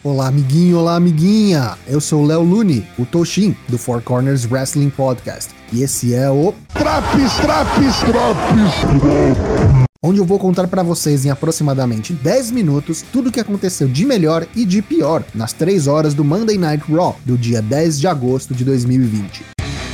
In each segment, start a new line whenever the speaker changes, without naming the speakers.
Olá, amiguinho, olá, amiguinha! Eu sou o Léo Lune, o Toshin, do Four Corners Wrestling Podcast. E esse é o Traps! Onde eu vou contar pra vocês em aproximadamente 10 minutos tudo o que aconteceu de melhor e de pior nas 3 horas do Monday Night Raw do dia 10 de agosto de 2020.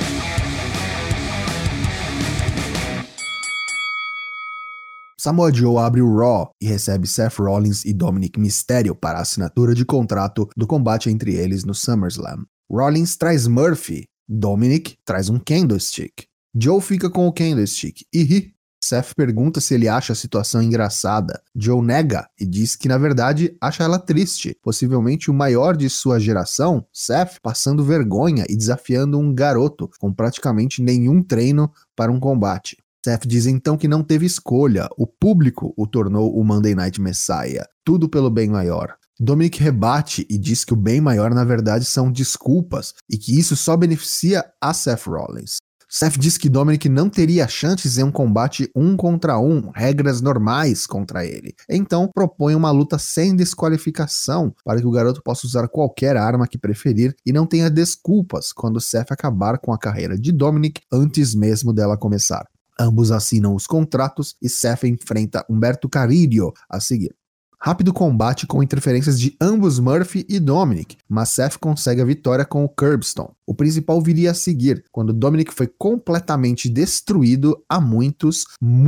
Samoa Joe abre o Raw e recebe Seth Rollins e Dominic Mysterio para a assinatura de contrato do combate entre eles no SummerSlam. Rollins traz Murphy, Dominic traz um candlestick. Joe fica com o candlestick e ri. Seth pergunta se ele acha a situação engraçada. Joe nega e diz que na verdade acha ela triste, possivelmente o maior de sua geração, Seth, passando vergonha e desafiando um garoto com praticamente nenhum treino para um combate. Seth diz então que não teve escolha, o público o tornou o Monday Night Messiah, tudo pelo bem maior. Dominic rebate e diz que o bem maior na verdade são desculpas e que isso só beneficia a Seth Rollins. Seth diz que Dominic não teria chances em um combate 1 contra 1, regras normais contra ele. Então propõe uma luta sem desqualificação para que o garoto possa usar qualquer arma que preferir e não tenha desculpas quando Seth acabar com a carreira de Dominic antes mesmo dela começar. Ambos assinam os contratos e Seth enfrenta Humberto Carrillo a seguir. Rápido combate com interferências de ambos Murphy e Dominic, mas Seth consegue a vitória com o Curbstone. O principal viria a seguir, quando Dominic foi completamente destruído a muitos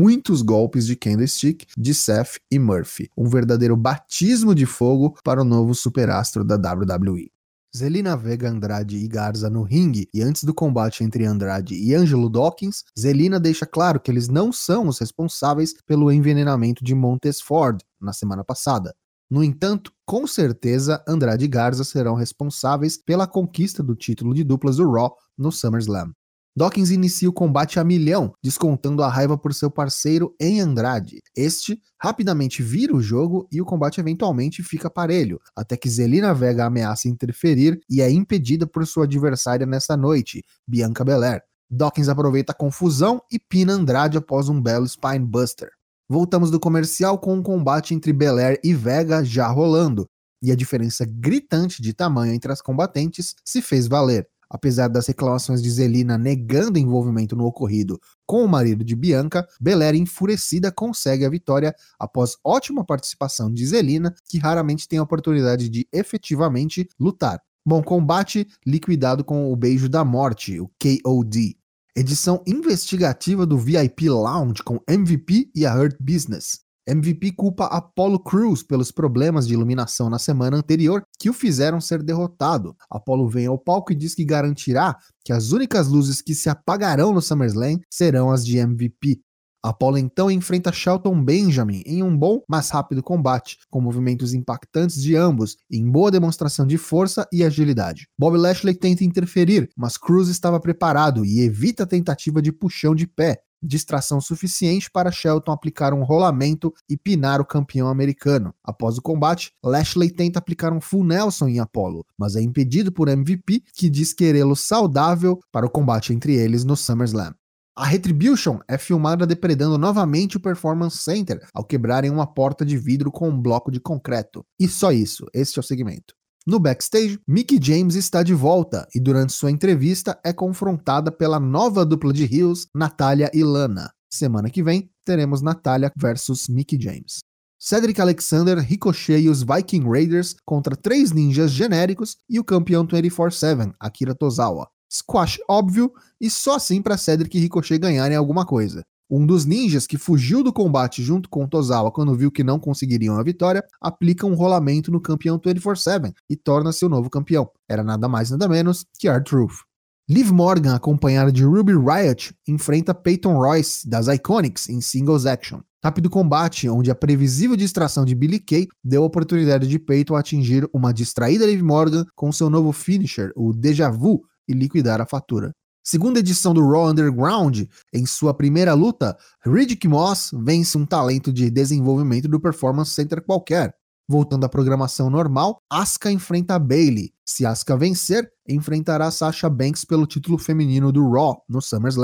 golpes de candlestick de Seth e Murphy. Um verdadeiro batismo de fogo para o novo superastro da WWE. Zelina Vega, Andrade e Garza no ringue, e antes do combate entre Andrade e Angelo Dawkins, Zelina deixa claro que eles não são os responsáveis pelo envenenamento de Montez Ford na semana passada. No entanto, com certeza, Andrade e Garza serão responsáveis pela conquista do título de duplas do Raw no SummerSlam. Dawkins inicia o combate a milhão, descontando a raiva por seu parceiro em Andrade. Este rapidamente vira o jogo e o combate eventualmente fica parelho, até que Zelina Vega ameaça interferir e é impedida por sua adversária nessa noite, Bianca Belair. Dawkins aproveita a confusão e pina Andrade após um belo Spinebuster. Voltamos do comercial com um combate entre Belair e Vega já rolando, e a diferença gritante de tamanho entre as combatentes se fez valer. Apesar das reclamações de Zelina negando envolvimento no ocorrido com o marido de Bianca, Belair enfurecida consegue a vitória após ótima participação de Zelina, que raramente tem a oportunidade de efetivamente lutar. Bom combate liquidado com o beijo da morte, o KOD. Edição investigativa do VIP Lounge com MVP e a Hurt Business. MVP culpa Apollo Crews pelos problemas de iluminação na semana anterior que o fizeram ser derrotado. Apollo vem ao palco e diz que garantirá que as únicas luzes que se apagarão no SummerSlam serão as de MVP. Apollo então enfrenta Shelton Benjamin em um bom, mas rápido combate, com movimentos impactantes de ambos e em boa demonstração de força e agilidade. Bobby Lashley tenta interferir, mas Crews estava preparado e evita a tentativa de puxão de pé. Distração suficiente para Shelton aplicar um rolamento e pinar o campeão americano. Após o combate, Lashley tenta aplicar um Full Nelson em Apollo, mas é impedido por MVP, que diz querê-lo saudável para o combate entre eles no SummerSlam. A Retribution é filmada depredando novamente o Performance Center ao quebrarem uma porta de vidro com um bloco de concreto. E só isso, este é o segmento. No backstage, Mickie James está de volta e durante sua entrevista é confrontada pela nova dupla de heels, Natalya e Lana. Semana que vem, teremos Natalya versus Mickie James. Cedric Alexander ricocheia os Viking Raiders contra 3 ninjas genéricos e o campeão 24/7, Akira Tozawa. Squash óbvio e só assim para Cedric e Ricochet ganharem alguma coisa. Um dos ninjas que fugiu do combate junto com Tozawa quando viu que não conseguiriam a vitória, aplica um rolamento no campeão 24/7 e torna-se o novo campeão. Era nada mais nada menos que R-Truth. Liv Morgan, acompanhada de Ruby Riott, enfrenta Peyton Royce das Iconics em Singles Action. Rápido combate, onde a previsível distração de Billie Kay deu a oportunidade de Peyton atingir uma distraída Liv Morgan com seu novo finisher, o Déjà Vu, e liquidar a fatura. Segunda edição do Raw Underground, em sua primeira luta, Riddick Moss vence um talento de desenvolvimento do Performance Center qualquer. Voltando à programação normal, Asuka enfrenta a Bayley. Se Asuka vencer, enfrentará Sasha Banks pelo título feminino do Raw no SummerSlam.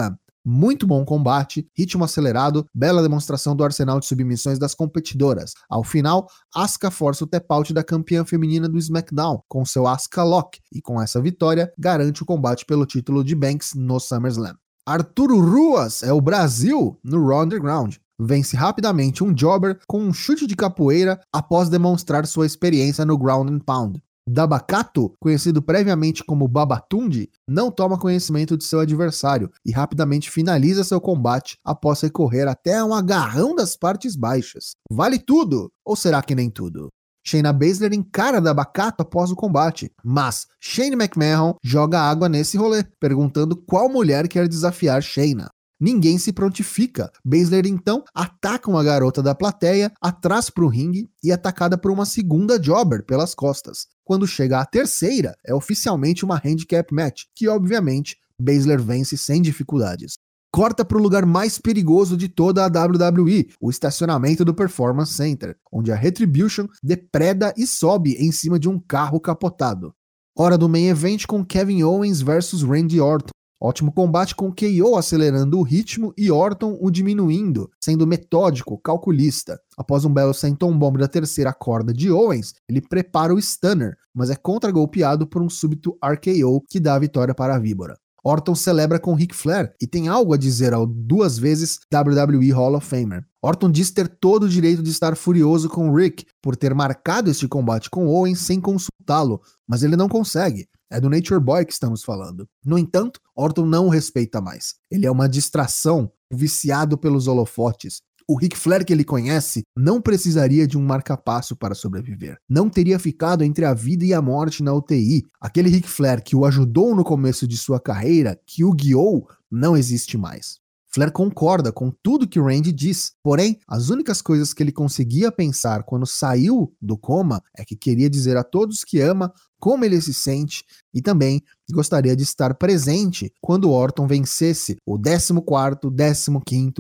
muito bom combate, ritmo acelerado, bela demonstração do arsenal de submissões das competidoras. Ao final, Asuka força o tap-out da campeã feminina do SmackDown com seu Asuka Lock e com essa vitória garante o combate pelo título de Banks no SummerSlam. Arturo Ruas é o Brasil no Raw Underground. Vence rapidamente um jobber com um chute de capoeira após demonstrar sua experiência no Ground and Pound. Dabakato, conhecido previamente como Babatunde, não toma conhecimento de seu adversário e rapidamente finaliza seu combate após recorrer até a um agarrão das partes baixas. Vale tudo? Ou será que nem tudo? Shayna Baszler encara Dabakato após o combate, mas Shane McMahon joga água nesse rolê, perguntando qual mulher quer desafiar Shayna. Ninguém se prontifica. Baszler então ataca uma garota da plateia, atrás pro ringue e atacada por uma segunda jobber pelas costas. Quando chega a terceira, é oficialmente uma handicap match, que obviamente Baszler vence sem dificuldades. Corta para o lugar mais perigoso de toda a WWE, o estacionamento do Performance Center, onde a Retribution depreda e sobe em cima de um carro capotado. Hora do main event com Kevin Owens vs Randy Orton. Ótimo combate com KO acelerando o ritmo e Orton o diminuindo, sendo metódico, calculista. Após um belo senton bomb da terceira corda de Owens, ele prepara o stunner, mas é contra-golpeado por um súbito RKO que dá a vitória para a Víbora. Orton celebra com Ric Flair e tem algo a dizer ao 2 vezes WWE Hall of Famer. Orton diz ter todo o direito de estar furioso com Rick por ter marcado este combate com Owens sem consultá-lo, mas ele não consegue. É do Nature Boy que estamos falando. No entanto, Orton não o respeita mais. Ele é uma distração, viciado pelos holofotes. O Ric Flair que ele conhece não precisaria de um marca-passo para sobreviver. Não teria ficado entre a vida e a morte na UTI. Aquele Ric Flair que o ajudou no começo de sua carreira, que o guiou, não existe mais. Flair concorda com tudo que Randy diz, porém, as únicas coisas que ele conseguia pensar quando saiu do coma é que queria dizer a todos que ama como ele se sente e também gostaria de estar presente quando Orton vencesse o 14º, 15º,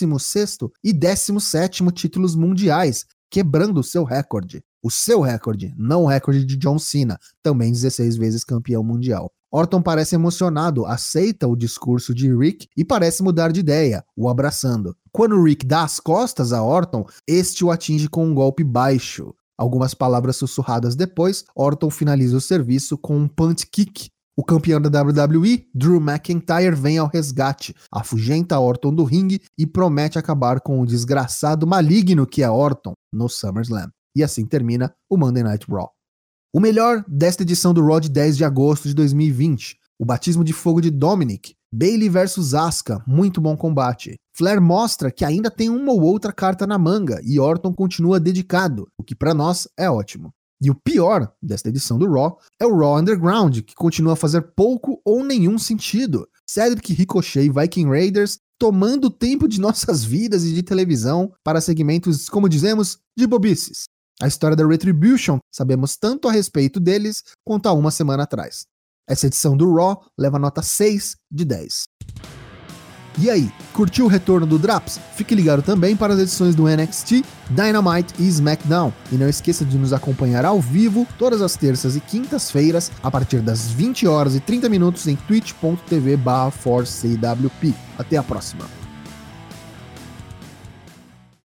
16º e 17º títulos mundiais, quebrando o seu recorde. O seu recorde, não o recorde de John Cena, também 16 vezes campeão mundial. Orton parece emocionado, aceita o discurso de Rick e parece mudar de ideia, o abraçando. Quando Rick dá as costas a Orton, este o atinge com um golpe baixo. Algumas palavras sussurradas depois, Orton finaliza o serviço com um punt kick. O campeão da WWE, Drew McIntyre, vem ao resgate, afugenta Orton do ringue e promete acabar com o desgraçado maligno que é Orton no SummerSlam. E assim termina o Monday Night Raw. O melhor desta edição do Raw de 10 de agosto de 2020, o batismo de fogo de Dominic, Bayley vs Asuka, muito bom combate. Flair mostra que ainda tem uma ou outra carta na manga e Orton continua dedicado, o que pra nós é ótimo. E o pior desta edição do Raw é o Raw Underground, que continua a fazer pouco ou nenhum sentido. Cedric, Ricochet e Viking Raiders tomando o tempo de nossas vidas e de televisão para segmentos, como dizemos, de bobices. A história da Retribution, sabemos tanto a respeito deles quanto há uma semana atrás. Essa edição do Raw leva nota 6 de 10. E aí, curtiu o retorno do Draps? Fique ligado também para as edições do NXT, Dynamite e SmackDown. E não esqueça de nos acompanhar ao vivo todas as terças e quintas-feiras a partir das 20h30 em twitch.tv/forcewp. Até a próxima.